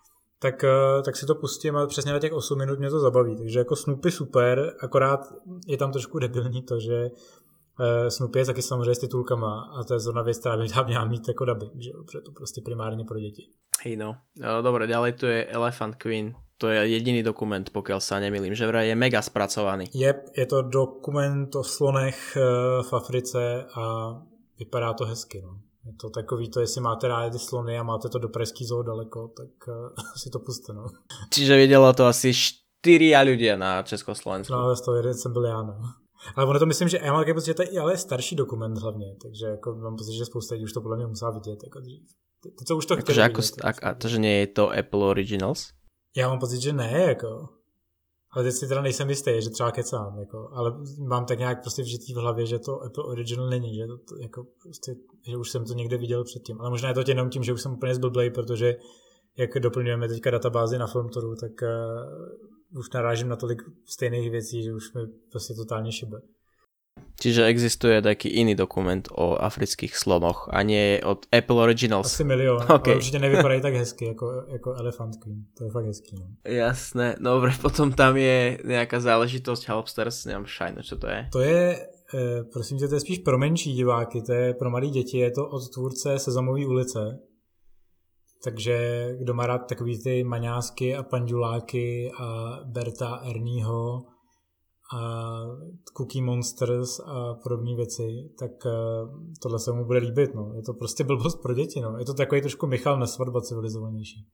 tak si to pustím a přesně na těch 8 minut mě to zabaví. Takže jako Snoopy super, akorát je tam trošku debilní to, že Snoopy je taky samozřejmě s titulkama a to je zrovna věc, která by tam měla mít jako dubbing, že jo, protože to prostě primárně pro děti. Hej no, dobre, ďalej tu je Elephant Queen, to je jediný dokument, pokiaľ sa nemýlim, že vraj je mega spracovaný. Je to dokument o slonech v Africe a vypadá to hezky, no. Je to takový to, jestli máte rádi ty slony a máte to do Pražský zoo daleko, tak si to puste, no. Čiže videlo to asi 4 ľudia na Československu. No, z toho jeden jsem byl já, no. Ale ono to myslím, že já mám takový pocit, že to je ale starší dokument hlavně, takže jako mám pocit, že spousta lidí už to podle mě musela vidět, jako dřív. Ty, co už to chtěli vidět. A to, že nie je to Apple Originals? Já mám pocit, že ne, jako. Ale teď si teda nejsem jistý, že třeba kecám, jako. Ale mám tak nějak prostě vžitý v hlavě, že to Apple Original není, že to jako prostě, že už jsem to někde viděl předtím. Ale možná je to jenom tím, že už jsem úplně zblblej, protože jak doplňujeme teďka databázi na Filmtoru, tak už narážím na tolik stejných věcí, že už mi prostě totálně šibe. Čiže existuje taký iný dokument o afrických slonoch a nie od Apple Originals. Asi milión, okay. Ale určitě nevypadají tak hezky jako Elephant Queen. To je fakt hezký. No. Jasné, dobre, potom tam je nejaká záležitosť Helpsters, nemám šajno, čo to je. To je, prosím tě, to je spíš pro menší diváky, to je pro malý děti, je to od tvůrce Sezamový ulice. Takže kdo má rád takový ty maňásky a panduláky a Berta Ernieho a Cookie Monsters a podobné věci, tak tohle se mu bude líbit. No. Je to prostě blbost pro děti. No. Je to takový trošku Michal Nesvadba civilizovanější.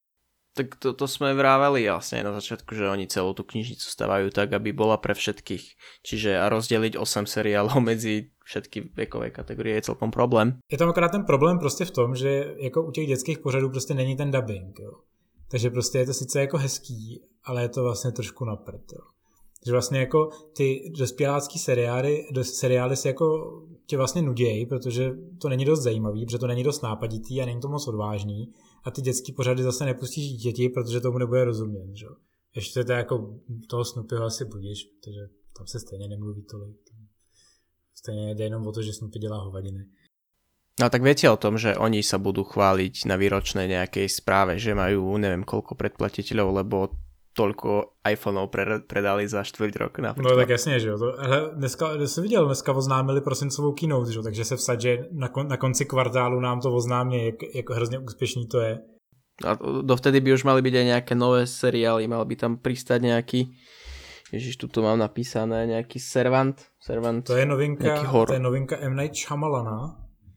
Tak to sme vrávali vlastne na začiatku, že oni celú tú knižnicu stavajú tak, aby bola pre všetkých. Čiže a rozdeliť 8 seriálov medzi všetky věkové kategorie je celkom problém. Je tam akorát ten problém prostě v tom, že jako u těch dětských pořadů prostě není ten dubbing, jo. Takže prostě je to sice jako hezký, ale je to vlastně trošku na prd, jo. Takže vlastně jako ty dospělácký seriály si jako tě vlastně nudějí, protože to není dost zajímavý, protože to není dost nápaditý a není to moc odvážný. A ty dětský pořady zase nepustíš děti, protože tomu nebude rozumět, že? Ještě to jako toho Snoopyho asi budíš, protože tam se stejně nemluví tolik. Stejně jde jenom o to, že Snoopy dělá hovadiny. No tak viete o tom, že oni sa budú chváliť na výročnej nejakej správe, že majú neviem koľko predplatiteľov, lebo toľko iPhoneov predali za 4 rok napríklad. No tak jasně, že jo. Dneska viděl, dneska oznámili prosincovou keynote, že jo, takže se vsad, že na konci kvartálu nám to oznámí, jak hrozně úspěšný to je. A dovtedy by už mali byť aj nejaké nové seriály, mal by tam pristať nejaký, ježiš, tu to mám napísané, nejaký Servant. To je novinka M. Night Shyamalana,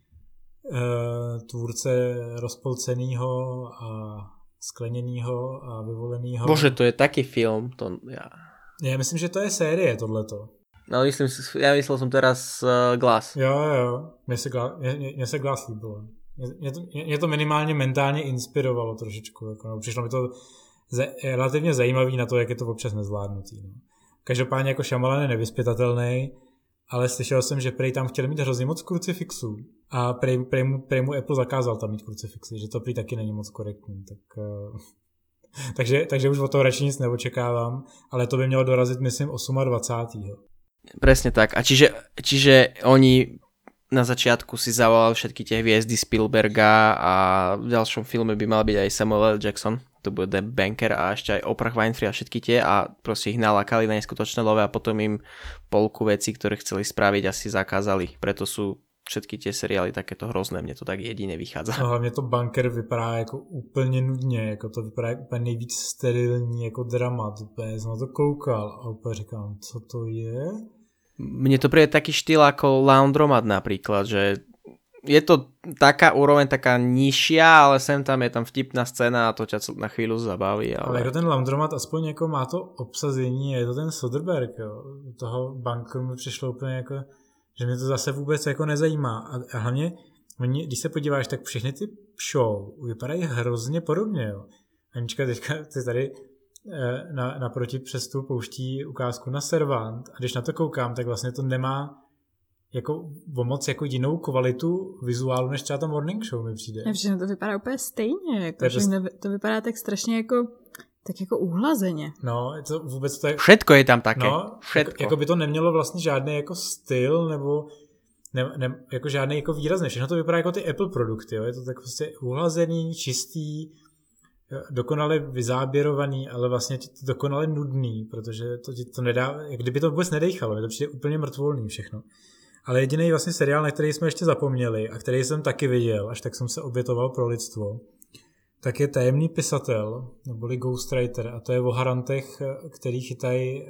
tvůrce Rozpolcenýho a Skleněnýho a Vyvolenýho. Bože, to je taký film. Já myslím, že to je série tohleto. No ja myslel som teraz Glass. Jo. Mně se Glass líbilo. Mě to minimálně mentálně inspirovalo trošičku. Jako, no, přišlo mi to relativně zajímavý na to, jak je to občas nezvládnutý. No. Každopádně jako Shyamalan je nevyzpytatelný, ale slyšel jsem, že prej tam chtěli mít hrozně moc krucifixů a prej mu Apple zakázal tam mít krucifixy, že to prý taky není moc korektní. Takže už od toho radši nic neočekávám, ale to by mělo dorazit, myslím, 28. Presne tak. A čiže oni na začiatku si zavolali všetky tie hviezdy Spielberga a v ďalšom filme by mal byť aj Samuel L. Jackson, to bude The Banker a ešte aj Oprah Winfrey a všetky tie a proste ich nalákali na neskutočné love a potom im polku veci, ktoré chceli spraviť, asi zakázali. Preto sú všetky tie seriály takéto hrozné, mne to tak jedine vychádza. No hlavně to Banker vypadá jako úplně nudně, jako to vypadá jako úplně nejvíc sterilní jako drama, úplně jsem na to koukal a úplně říkám, co to je? Mne to príde taký štýl ako Laundromat napríklad, že je to taká úroveň taká nižšia, ale sem tam je tam vtipná scéna a to ťa na chvíľu zabaví. Ale jako ten Laundromat aspoň jako má to obsazení, je to ten Soderbergh, jo. Toho Bankeru mi přišlo úplně jako, že mě to zase vůbec jako nezajímá. A hlavně, když se podíváš, tak všechny ty show vypadají hrozně podobně, jo. Anička teďka ty tady naproti přestu pouští ukázku na Servant a když na to koukám, tak vlastně to nemá jako o moc jako jinou kvalitu vizuálu, než třeba ta Morning Show mi přijde. Všechno to vypadá úplně stejně, jako, to vypadá tak strašně jako uhlazeně. No, to vůbec to je... Všetko je tam také. No, jako by to nemělo vlastně žádný jako styl, nebo jako žádný jako výrazný. Všechno to vypadá jako ty Apple produkty, jo? Je to tak prostě uhlazený, čistý, dokonale vyzáběrovaný, ale vlastně dokonale nudný, protože to nedá, jak kdyby to vůbec nedejchalo, je to přijde úplně mrtvolný všechno. Ale jediný vlastně seriál, na který jsme ještě zapomněli a který jsem taky viděl, až tak jsem se obětoval pro lidstvo, tak je Tajemný pisatel, neboli Ghostwriter, a to je o harantech, který chytají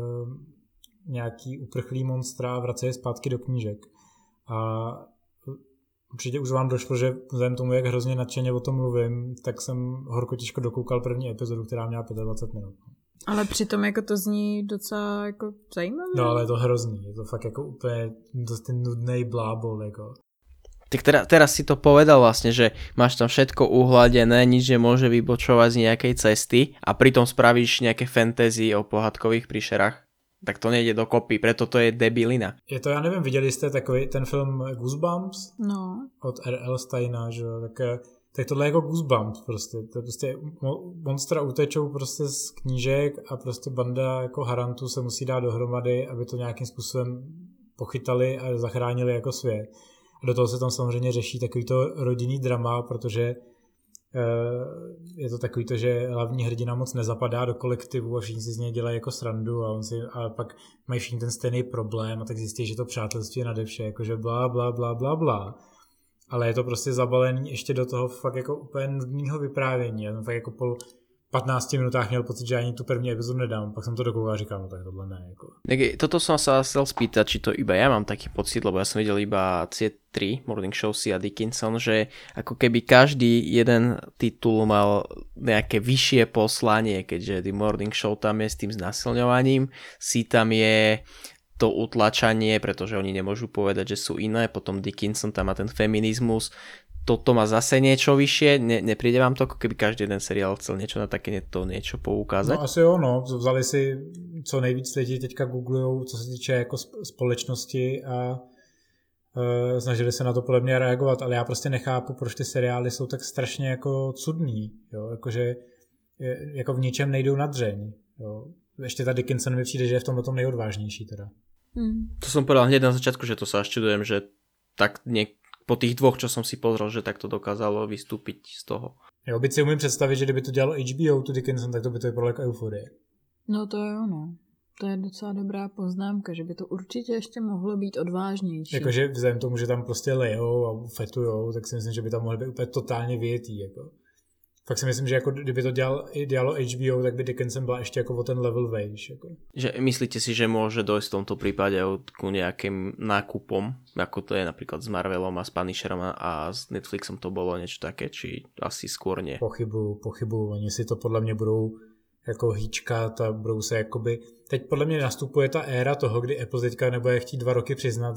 nějaký uprchlý monstra a vracejí zpátky do knížek. A určitě už vám došlo, že vzhledem tomu, jak hrozně nadšeně o tom mluvím, tak jsem horko těžko dokoukal první epizodu, která měla 25 minut. Ale přitom jako to zní docela jako zajímavé. No ale je to hrozný, je to fakt jako úplně dost nudnej blábol. Jako. Tak teraz si to povedal vlastne, že máš tam všetko uhladené, nič nemôže vybočovať z nejakej cesty a pritom spravíš nejaké fantasy o pohádkových príšerách. Tak to nejde dokopy, preto to je debilina. Je to, já nevím, viděli jste takový ten film Goosebumps? No. Od R.L. Steina, že jo, tak tohle je jako Goosebumps prostě. To je prostě monstra utečou prostě z knížek a prostě banda jako harantů se musí dát dohromady, aby to nějakým způsobem pochytali a zachránili jako svět. A do toho se tam samozřejmě řeší takovýto rodinný drama, protože je to takový to, že hlavní hrdina moc nezapadá do kolektivu a všichni si z něj dělají jako srandu a pak mají všichni ten stejný problém a tak zjistí, že to přátelství je nade vše, jakože blá, blá, blá, blá, blá. Ale je to prostě zabalený ještě do toho fakt jako úplně nudného vyprávění. Já jsem fakt jako 15 minutách měl pocit, že ani tu první epizodu nedám, pak som to dokoukal a říkal, no tak tohle ne. Jako. Toto som sa chcel spýtať, či to iba ja mám taký pocit, lebo ja som videl iba tie 3, Morning Showsy a Dickinson, že ako keby každý jeden titul mal nejaké vyššie poslanie, keďže The Morning Show tam je s tým znásilňovaním, si tam je to utlačanie, pretože oni nemôžu povedať, že sú iné, potom Dickinson tam má ten feminizmus, toto má zase niečo vyššie, nepríde vám to, ako keby každý jeden seriál chcel niečo na také niečo poukázať? No asi jo, no, vzali si, co nejvíc lidí teďka googlujou, co se týče jako společnosti a snažili se na to podle mě reagovat, ale já prostě nechápu, proč ty seriály jsou tak strašně jako cudný, jo, jakože jako v ničem nejdou na dřeň, jo. Ještě ta Dickinson mi přijde, že je v tomhle tom nejodvážnější teda. To som povedal hneď na začiatku, že to sa až čudujem, že tak po tých 2, čo som si pozrel, že tak to dokázalo vystúpiť z toho. Jo, byť si umím představit, že kdyby to dělalo HBO, tu Dickinson, tak to by to vypadalo jako Euforie. No to jo, no. To je docela dobrá poznámka, že by to určitě ještě mohlo být odvážnější. Jakože vzhledem tomu, že tam prostě lejou a fetujou, tak si myslím, že by tam mohly být úplně totálně vyjetý. Jako. Fakt si myslím, že jako kdyby to dělalo HBO, tak by Dickinson byla ještě jako o ten level vejš. Jako. Že myslíte si, že môže dojsť v tomto prípade ku nejakým nákupom, ako to je napríklad s Marvelom a s Punisherom a s Netflixom to bolo niečo také, či asi skôr nie? Pochybuju. Oni si to podle mě budou jako hýčkat a budou se jakoby... Teď podle mě nastupuje ta éra toho, kdy Apple teďka nebude chtít 2 roky přiznat,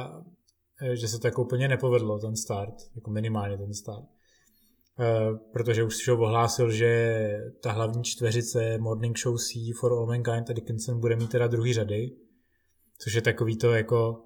že se to jako úplně nepovedlo, ten start, jako minimálně ten start. Protože už si ohlásil, že ta hlavní čtveřice Morning Show C for All Mankind a Dickinson bude mít teda druhý řady, což je takový to jako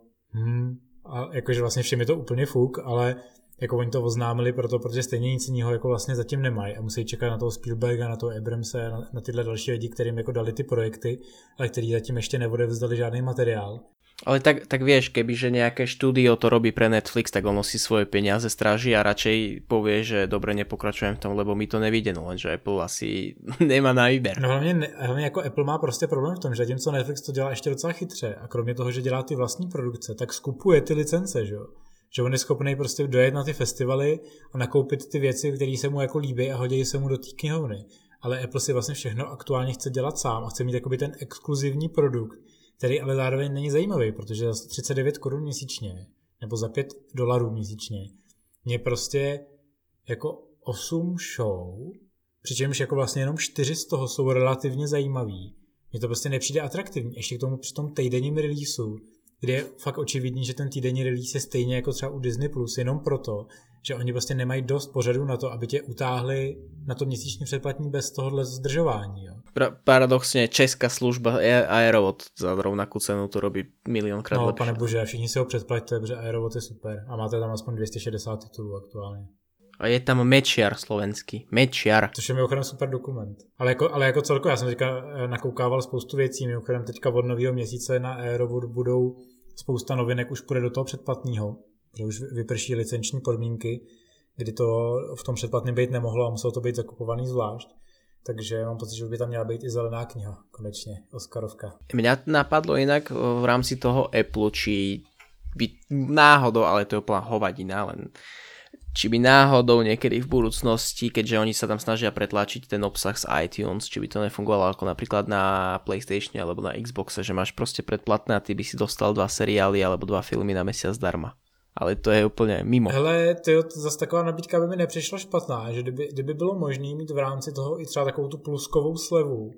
a jakože vlastně všem je to úplně fuk, ale jako oni to oznámili protože stejně nic jiného jako vlastně zatím nemají a musí čekat na toho Spielberga, na toho Abramse, na tyhle další lidi, kterým jako dali ty projekty, ale který zatím ještě neodevzdali žádný materiál. Ale tak vieš, kebyže nejaké štúdio to robí pre Netflix, tak ono si svoje peniaze stráži a radšej povie, že dobre, nepokračujem v tom, lebo mi to nevyjde, no lenže Apple asi nemá na výber. No hlavně jako Apple má prostě problém v tom, že zatímco Netflix to dělá ještě docela chytře a kromě toho, že dělá ty vlastní produkce, tak skupuje ty licence, že jo? Že on je schopný prostě dojet na ty festivaly a nakoupit ty věci, které se mu jako líbí a hodí se mu do té knihovny. Ale Apple si vlastně všechno aktuálně chce dělat sám a chce mít jakoby ten exkluzivní produkt, který ale zároveň není zajímavý, protože za 39 korun měsíčně nebo za $5 měsíčně je prostě jako 8 show, přičemž jako vlastně jenom 4 z toho jsou relativně zajímavý. Mně to prostě nepřijde atraktivní, ještě k tomu při tom týdenním releaseu, kde je fakt očividný, že ten týdenní release je stejně jako třeba u Disney+, jenom proto, že oni prostě nemají dost pořadů na to, aby tě utáhli na to měsíční předplatní bez tohohle zdržování. Jo. Paradoxne česká služba Aerovod za rovnakú cenu to robí miliónkrát lepšie. No pane bože, všichni si ho předplaťte, protože Aerovod je super a máte tam aspoň 260 titulů aktuálně. A je tam Mečiar slovenský. Mečiar. Což je mimochodem super dokument. Ale jako celkově, já jsem teďka nakoukával spoustu věcí, mimochodem teďka od nového měsíce na Aerovod budou spousta novinek, už půjde do toho předplatného, protože už vyprší licenční podmínky, kdy to v tom předplatném být nemohlo a muselo to být zakupovaný zvlášť. Takže mám pocit, že by tam měla být i zelená kniha, konečně, Oscarovka. Mňa napadlo inak v rámci toho Apple, či by náhodou, ale to je úplná hovadina, len či by náhodou niekedy v budúcnosti, keďže oni sa tam snažia pretlačiť ten obsah z iTunes, či by to nefungovalo ako napríklad na PlayStation alebo na Xboxe, že máš proste predplatné a ty by si dostal 2 seriály alebo 2 filmy na mesiac zdarma. Ale to je úplně mimo. Hele, zase taková nabídka by mi nepřišla špatná, že kdyby bylo možné mít v rámci toho i třeba takovou tu pluskovou slevu,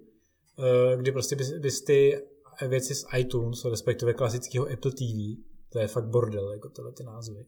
kdy prostě bys ty věci z iTunes, respektive klasického Apple TV, to je fakt bordel, jako tyhle ty názvy.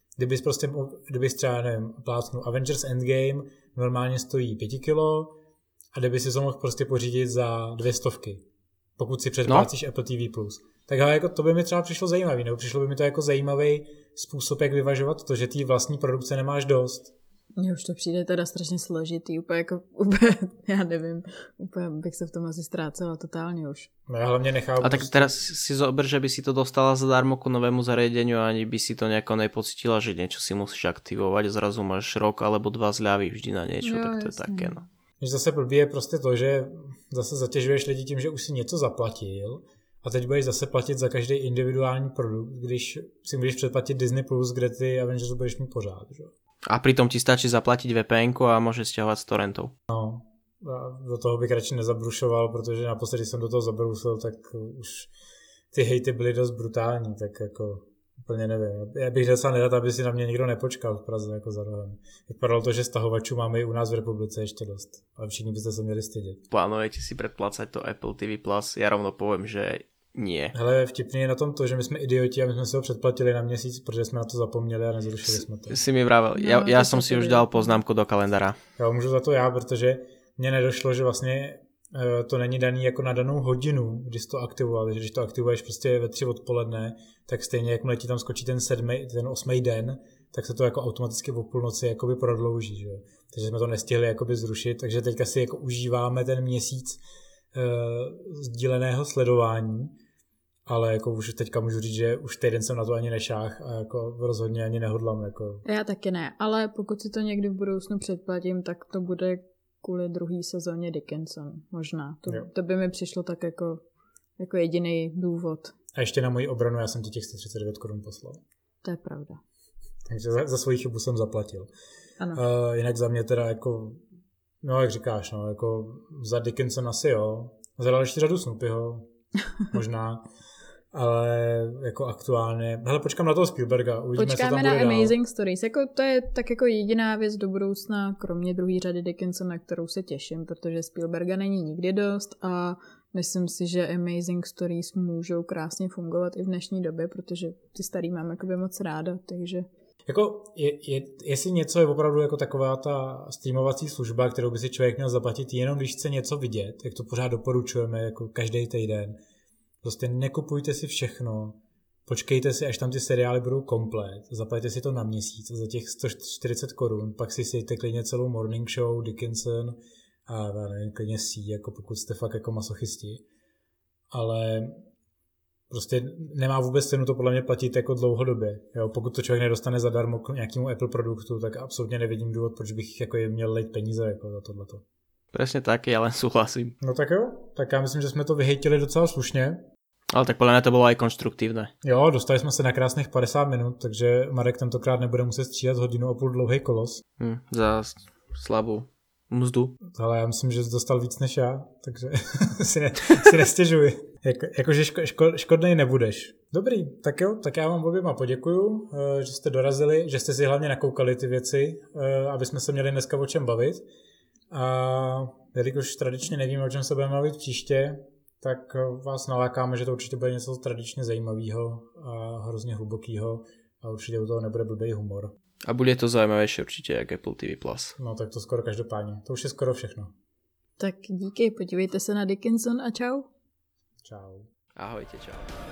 Kdybys třeba, nevím, plácnul Avengers Endgame, normálně stojí 5 kilo a kdyby si to mohl prostě pořídit za 200, pokud si předplácíš Apple TV+. Tak ale jako to by mi třeba přišlo zajímavý, nebo přišlo by mi to jako zajímavý způsob, jak vyvažovat to, že ty vlastní produkce nemáš dost. Mně už to přijde teda strašně složitý, úplně, já nevím, úplně bych se v tom asi ztrácela totálně už. No já hlavně nechápu. A tak teraz si zober, že by si to dostala zadarmo ku novému zariadeniu a ani by si to nejako nepocítila, že niečo si musíš aktivovať, zrazu máš rok alebo 2 zľavy vždy na niečo, jo, tak to jasný. je také, no. Když zase blbý je prostě to, že zase zatěžuješ lidi tím, že už si něco zaplatil a teď budeš zase platit za každý individuální produkt, když si můžeš předplatit Disney+, kde ty Avengers budeš mít pořád, že? A pritom ti stačí zaplatiť VPN-ku a môžeš stiahovať z torrentov. No, do toho bych radši nezabrušoval, protože naposledy jsem do toho zabrusil, tak už ty hejty byly dost brutální, tak jako úplně nevím. Já bych docela nedat, aby si na mě nikdo nepočkal v Praze jako za rohem. Vypadalo to, že stahovačů máme i u nás v republice ještě dost. A všichni byste se měli stydět. Plánujete si predplácať to Apple TV+? Ja rovno poviem, že nie. Hele, vtipný je na tom to, že my jsme idioti a my jsme si ho předplatili na měsíc, protože jsme na to zapomněli a nezrušili jsme to. Si mi vravel, ja som si už dal poznámku do kalendára. Já můžu za to protože mně nedošlo, že vlastně to není daný jako na danou hodinu, když to aktivoval, že když to aktivuješ prostě ve 3 odpoledne, tak stejně jakmile ti tam skočí ten 8. den, tak se to jako automaticky o půlnoci jakoby prodlouží, že jo. Takže jsme to nestihli jakoby zrušit, takže teďka si jako užíváme ten měsíc sdíleného sledování, ale jako už teďka můžu říct, že už týden jsem na to ani nešáh a jako rozhodně ani nehodlám. Jako. Já taky ne, ale pokud si to někdy v budoucnu předplatím, tak to bude kvůli druhé sezóně Dickinson, možná. To by mi přišlo tak jako jediný důvod. A ještě na moji obranu já jsem ti těch 139 korun poslal. To je pravda. Takže za svoji chybu jsem zaplatil. Ano. Jinak za mě teda jako, no jak říkáš, no jako za Dickinson asi jo. Za další řadu Snoopyho, možná. Ale jako aktuálně, hele, počkám na toho Spielberga, uvidíme, počkáme co tam bude na dál. Amazing Stories, jako to je tak jako jediná věc do budoucna, kromě druhé řady Dickinson, na kterou se těším, protože Spielberga není nikdy dost a myslím si, že Amazing Stories můžou krásně fungovat i v dnešní době, protože ty starý mám jakoby moc ráda, takže... Jako, jestli něco je opravdu jako taková ta streamovací služba, kterou by si člověk měl zaplatit jenom když chce něco vidět, jak to pořád doporučujeme jako každý týden. Prostě nekupujte si všechno, počkejte si, až tam ty seriály budou komplet, zaplaťte si to na měsíc a za těch 140 korun, pak si sejte klidně celou Morning Show, Dickinson a nevím, klidně si, jako pokud jste fakt jako masochisti. Ale prostě nemá vůbec cenu to podle mě platit jako dlouhodobě. Jo? Pokud to člověk nedostane zadarmo k nějakému Apple produktu, tak absolutně nevidím důvod, proč bych jako měl lejt peníze jako za tohleto. Presne tak, ja len súhlasím. No tak jo, tak já myslím, že jsme to vyhejtili docela slušně. Ale tak podľa mňa to bolo aj konštruktívne. Jo, dostali jsme se na krásných 50 minut, takže Marek tentokrát nebude muset střídat 1,5 hodiny dlouhý kolos. Za slabou mzdu. Ale já myslím, že jsi dostal víc než já, takže si nestěžuji. Jakože škodnej nebudeš. Dobrý, tak jo, tak já vám oběma poděkuju, že jste dorazili, že jste si hlavně nakoukali ty věci, aby jsme se měli dneska o čem bavit. A jelikož tradičně nevíme, o čem se budeme bavit příště, tak vás nalákáme, že to určitě bude něco tradičně zajímavého a hrozně hlubokého a určitě u toho nebude blbý humor. A bude to zaujímavejšie určite, jak Apple TV+. No tak to skoro každopádně. To už je skoro všechno. Tak díky, podívejte se na Dickinson a čau. Čau. Ahojte, čau.